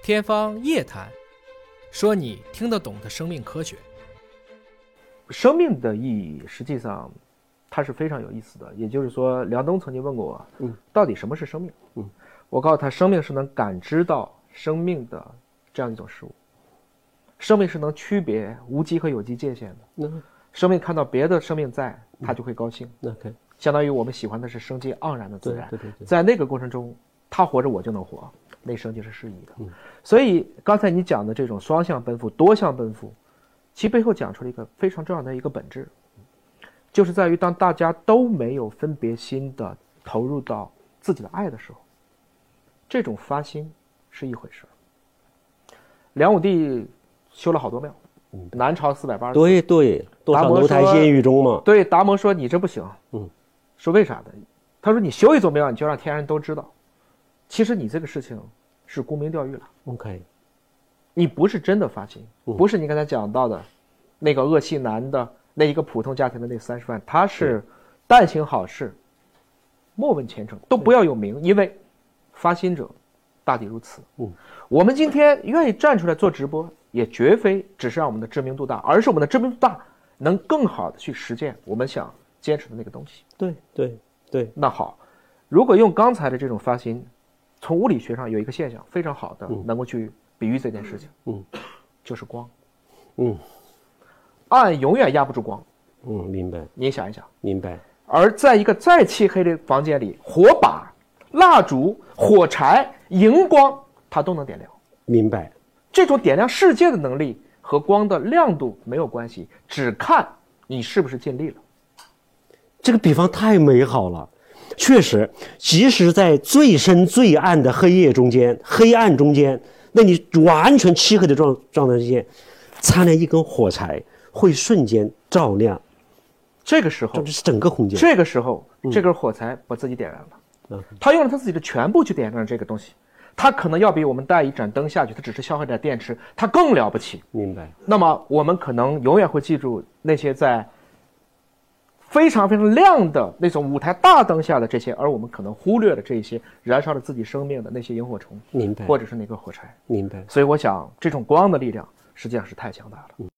天方夜谭，说你听得懂的生命科学。 生命的意义实际上它是非常有意思的，也就是说，梁冬曾经问过我，到底什么是生命？我告诉他，生命是能感知到生命的这样一种事物，生命是能区别无机和有机界限的。生命看到别的生命在，他就会高兴。相当于我们喜欢的是生机盎然的自然。在那个过程中，他活着我就能活，那生就是适宜的。所以刚才你讲的这种双向奔赴、多向奔赴，其背后讲出了一个非常重要的一个本质，就是在于当大家都没有分别心的投入到自己的爱的时候，这种发心是一回事。梁武帝修了好多庙，南朝480。 对，多少楼台仙狱中嘛。 对，达摩说你这不行。说为啥的？他说你修一座庙，你就让天人都知道，其实你这个事情是沽名钓誉了。你不是真的发心，不是你刚才讲到的那个恶系男的那一个普通家庭的那30万，他是但行好事，莫问前程，都不要有名，因为发心者大抵如此。我们今天愿意站出来做直播，也绝非只是让我们的知名度大，而是我们的知名度大能更好的去实践我们想坚持的那个东西。 对。 那好，如果用刚才的这种发心，从物理学上有一个现象非常好的能够去比喻这件事情，就是光。暗永远压不住光。 明白。 你想一想。 明白。 而在一个再漆黑的房间里，火把、蜡烛、火柴、荧光，它都能点亮。 明白。 这种点亮世界的能力和光的亮度没有关系，只看你是不是尽力了。 这个比方太美好了。确实，即使在最深最暗的黑暗中间，那你完全漆黑的状态之间，参了一根火柴，会瞬间照亮。 这个时候， 这是整个空间。 这个时候，这根火柴把自己点燃了。他用了他自己的全部去点燃这个东西，他可能要比我们带一盏灯下去，他只是消耗点电池，他更了不起。 明白。 那么我们可能永远会记住那些在非常非常亮的那种舞台大灯下的这些，而我们可能忽略了这些燃烧了自己生命的那些萤火虫。 明白。 或者是那根火柴。 明白。 所以我想，这种光的力量实际上是太强大了。